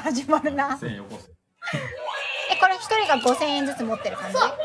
始まるな。 1000円よこせ。 これ一人が5000円ずつ持ってる感じ？ はい、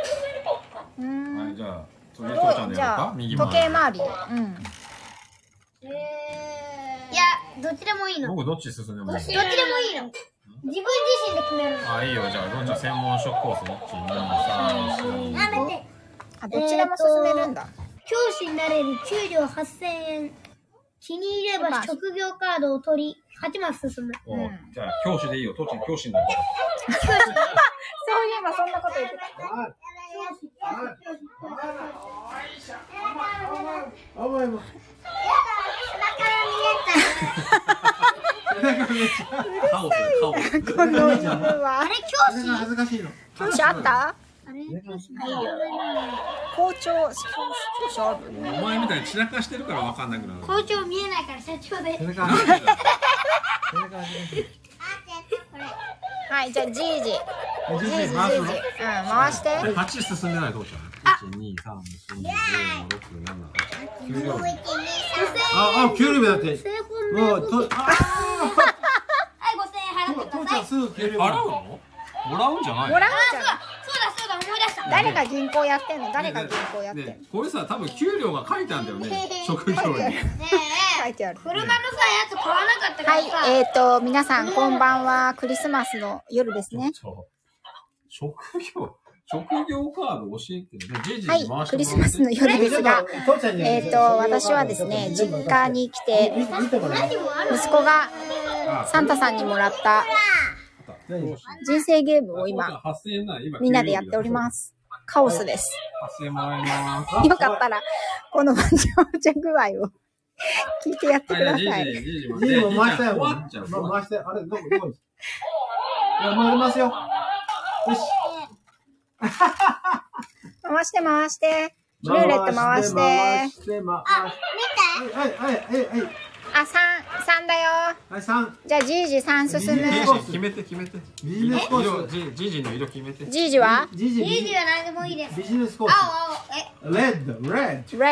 じゃあ次父ちゃんでやろうか。右回り。 時計回りで。 いや、どっちでもいいの。 僕どっち進んでもいいの？ どっちでもいいの。自分自身で決めるの。 あ、いいよ。じゃあどんちゃん専門職コース1、2、3、4。 やめて。 あ、どっちでも進めるんだ。 教師になれる給料8000円。気に入れば職業カードを取り、8マス進む。 じゃあ教師でいいよ。父ちゃん教師になるから。 そういえばそんなこと言ってた。この犬は。 あれ教師恥ずかしいの。 教師あった？ あれ教師校長ある。 お前みたいに散らかしてるから分かんなくなる。 校長見えないから社長で。 はい、じゃあじいじ。 回回して。 8進んでない父ちゃん。1、2、3、4、5、6、7、8。 あ、給料日だって。もうと、 はい、5000円払ってください。 すぐ給料日。 払うの？もらうんじゃないの？ もらうんじゃん。 そうだ、思い出した。 誰が銀行やってんの？誰が銀行やってんの？ これさ、多分給料が書いてあるんだよね。職業に。 書いてある。 車のさ、やつ買わなかったからさ。 はい、皆さんこんばんは。クリスマスの夜ですね。 職業カード教えて。 はい、クリスマスの夜ですが、私はですね、実家に来て、息子がサンタさんにもらった人生ゲームを今、みんなでやっております。カオスです。 8000円もらいます。 よかったら、このわちゃわちゃ具合を聞いてやってください。 じいも回したよ。回して、あれ、どこいや、回りますよ。よし。 回してルーレット回して。 見て。 あ、3だよ。 はい、3。 じゃあじいじ3進む。 決めて。 ビジネスコース。 じいじの色決めて。 じいじはじいじは何でもいいです。 ビジネスコース。レッド。 レッド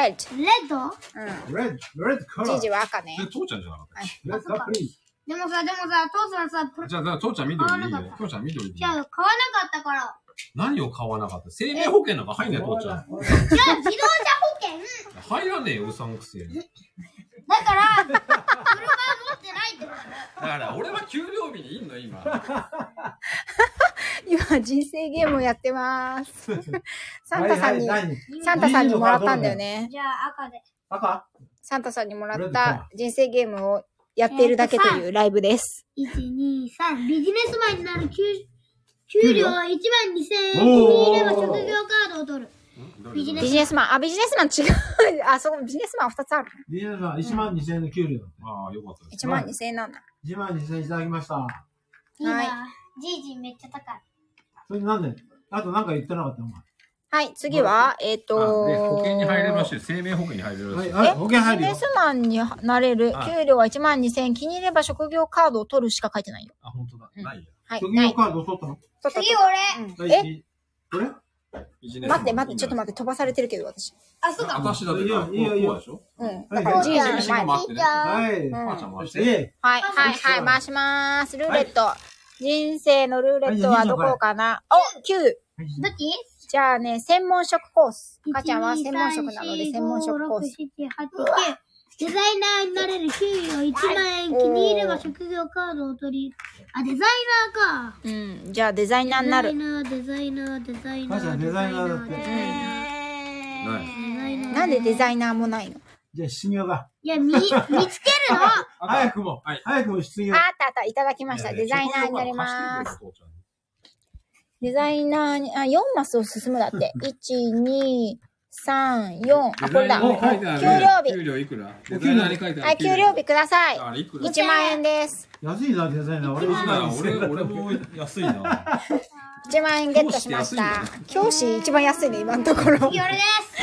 じいじは赤ね。 父ちゃんじゃなかった。 レッドプリーズ。 でもさ、父さんさ、 じゃあ父ちゃん緑でいいよ。父ちゃん緑でいい。 じゃあ、買わなかったから。 何を買わなかった？生命保険なんか入んない父ちゃん。 じゃあ、自動車保険。 入らねえよ、うさんくせえ。 だから、車持ってないってこと。 だから俺は給料日にいんの今。 今人生ゲームをやってます。サンタさんにもらったんだよね。 じゃあ赤？ サンタさんにもらった人生ゲームをやっているだけというライブです。 1、2、3。ビジネスマンになる給料は12000円。気に入れば職業カードを取る。ビジネスマン。 ビジネスマン違う。あ、そこビジネスマン2つある。 ビジネスマン12000円の給料。 ああ、よかったです。 12000円なんだ。 12000円いただきました。 いいな。じいじめっちゃ高い。 それなんで？あとなんか言ってなかったの？ はい、次は、 保険に入れるらしい。生命保険に入れるらしい。 保険入るよ。 ビジネスマンになれる。給料は12000円。気に入れば職業カードを取るしか書いてないよ。 あ、本当だ。ないよ。 はい。 職業カードを取ったの？ 次俺。 これ？ 待って、ちょっと待って、飛ばされてるけど、私。 あ、そうか。 私だって。いいよ。でしょ？ うん。だから、じいじの前に。 はい。 母ちゃん回して。 はい、回します。ルーレット。人生のルーレットはどこかな？お、9。 どっち？ じゃあね、専門職コース。母ちゃんは専門職なので、専門職コース。 デザイナーになれる給料1万円。気に入れば職業カードを取り。あ、デザイナーか。 うん。じゃあデザイナーになる。 デザイナーだって。 なんでデザイナーもないの？ じゃあ失業だ。 いや、見つけるの。 早くも失業。 あった。いただきました。デザイナーになります。デザイナーに、4マスを進むだって。1、2、3、4。あ、これだ。 給料いくら？デザイナーに書いてある。 はい、給料日ください。 1 万円です。 安いな、デザイナー。 俺も安いな。 1万円ゲットしました。教師一番安いね、今のところ。 次俺です。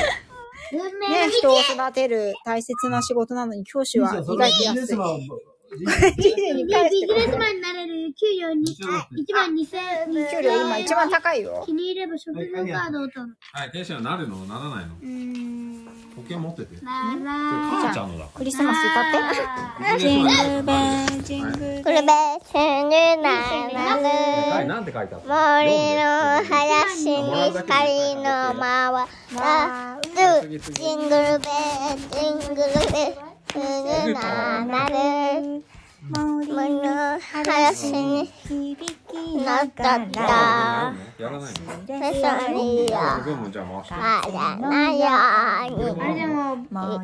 ね、人を育てる大切な仕事なのに教師は意外と安い。 ビジネスマンになれる給料 12000。 給料今一番高いよ。 気に入れば職業カードを取る。 はい、天使はなるのならないの。時計持ってて。 なら。 母ちゃんのだ。 クリスマス歌って。ジングルベル、ジングルベル。 これべせぬなはい、なんて書いてあった？ 森の林に光の回る。ジングルベル、ジングルベル。ぬななる。森の林に響きなったった。 やらないの？ それや。 じゃあ回して。 あらなように。あれでも、ま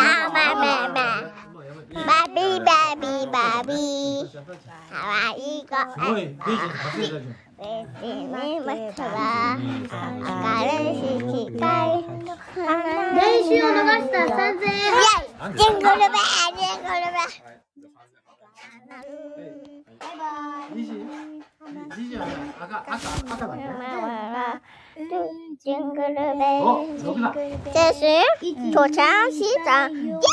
バビーバビーバビー。かわいい子。練習を逃したら3000円。ジングルベー、ジングルベー。ジングルベー。到着した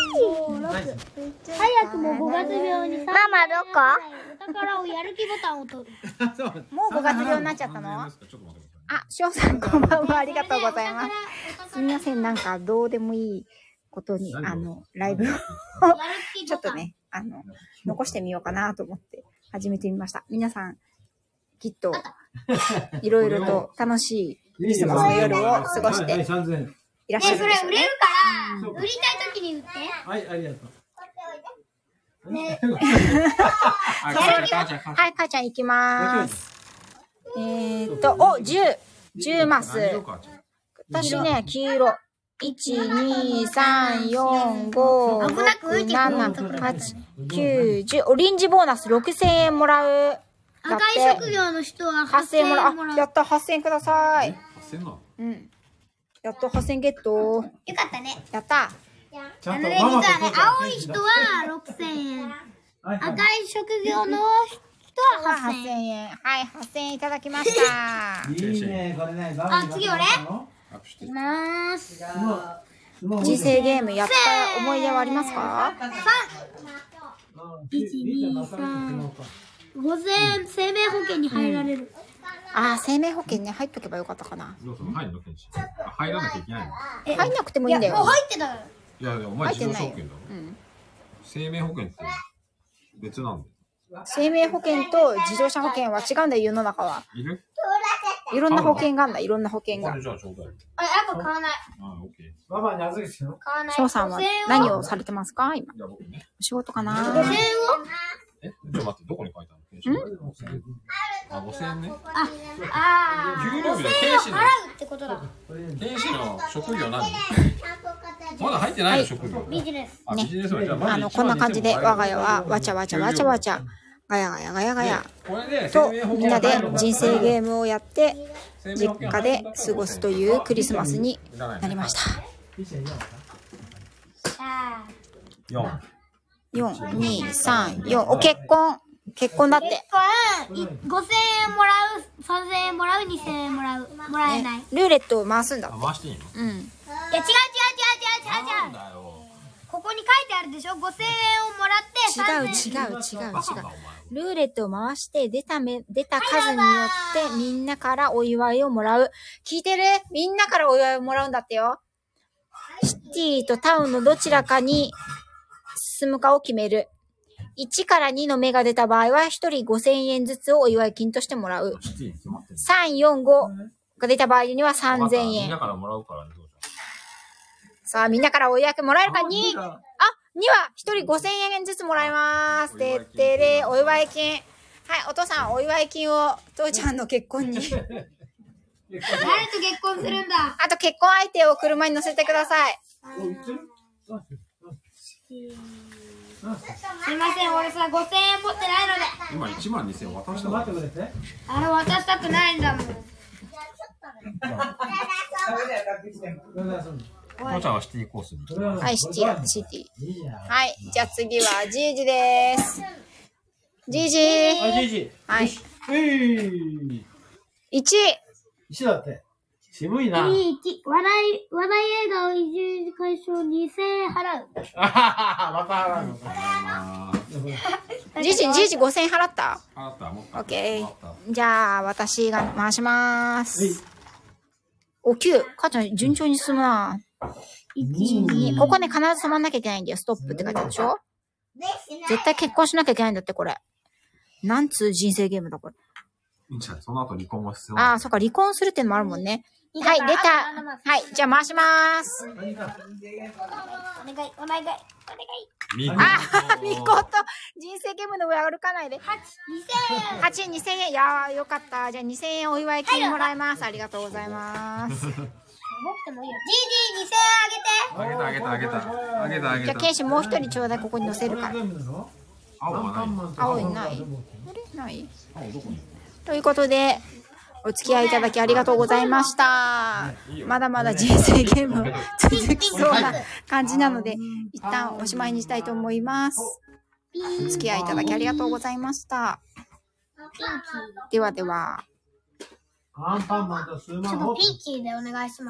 早くも5月病にママどこ？お宝をやる気ボタンを取る。 もう5月病になっちゃったの？あ、翔さんこんばんは、ありがとうございます。すみません、なんかどうでもいいことに、ライブをちょっとね、残してみようかなと思って始めてみました。皆さん、きっと、いろいろと楽しいクリスマスの夜を過ごしていらっしゃるでしょうね。 それ売れるから、売りたいときに売って。はい、ありがとう。ね。はい、母ちゃん行きまーす。10マス。私ね、黄色。1、2、3、4、5、6、7、8、9、10。オレンジボーナス6000円もらう。 赤い職業の人は8000円もらう。 やった、8000円ください。 8000円なの？ うん。やっと8000円ゲット。 よかったね。 やった。 実はね、青い人は6000円。赤い職業の人は8000円。 はい、8000円いただきました。 いいね、これね。 あ、次俺？ いきまーす。人生ゲームやった思い出はありますか ？1、2、3。5000円生命保険に入られる。 ああ、生命保険ね、入っとけばよかったかな。 入らなきゃいけないの？ 入んなくてもいいんだよ。 もう入ってたよ。 いや、お前自動車保険だろ。生命保険って別なんだよ。 生命保険と自動車保険は違うんだよ、世の中は。 いる？ いろんな保険があるんだ、いろんな保険が。 じゃあちょうだい。 あ、やっぱ買わない。 あ、オッケー。 ママに預けてよ。 買わない。 翔さんは何をされてますか今。お仕事かな。 5000円を？ ちょっと待って、どこに書いてあるの？5000円ね。給料日で天使の払うってことだ。 天使の職業何？まだ入ってないの職業。 ビジネス。 ね、こんな感じで我が家はわちゃわちゃわちゃわちゃガヤガヤガヤガヤとみんなで人生ゲームをやって実家で過ごすというクリスマスになりました。 4、 2、3、4。お、結婚だって。 5000円もらう、3000円もらう、2000円もらう。もらえない。 ルーレットを回すんだって。 回していいの？ うん。いや、違う。 ここに書いてあるでしょ？ 5000 円をもらって、 違う。ルーレットを回して出た数によってみんなからお祝いをもらう。聞いてる？みんなからお祝いをもらうんだってよ。シティとタウンのどちらかに進むかを決める。1から2の目が出た場合は1人5000円ずつをお祝い金としてもらう。3、4、5が出た場合には3000円。 みんなからもらうからね。 さあ、みんなからお祝いもらえるか？ 2！ 2は1人5000円ずつもらえます。てってれ、お祝い金。はい、お父さん、お祝い金を父ちゃんの結婚に。誰と結婚するんだ？ あと結婚相手を車に乗せてください。 すいません、俺さ、5000円持ってないので。 今12000円渡したの？ あれ渡したくないんだもん。 父ちゃんはシティコースに。 はい、シティ。はい、じゃあ次はジージです。ジージ。はい。1。 1だって。 渋いな。 笑い映画移住解消2000円払う。 また払うのか。 じいじ5000円払った？ 払った。もオッケー。じゃあ、私が回します。お、9。母ちゃん、順調に進むな。1、2。ここね、必ず止まんなきゃいけないんだよ。ストップって書いてあるでしょ？絶対結婚しなきゃいけないんだって、これ。なんつう人生ゲームだ、これ。 いいんじゃない？その後離婚も必要。 ああ、そっか、離婚するっていうのもあるもんね。はい、出た。はい、じゃあ回します。 お願い。 見事。人生ゲームの上歩かないで。8、2000円。いやー、よかった。じゃあ2000円お祝い金もらいます。ありがとうございます。 僕でもいいよ。2000円あげた。 じゃあ、ケンシもう一人ちょうだい、ここに載せるから。 青はない。 青いない？ないということで、お付き合いいただきありがとうございました。まだまだ人生ゲーム続きそうな感じなので、一旦おしまいにしたいと思います。お付き合いいただきありがとうございました。ではでは。 ちょっとピンキーでお願いします。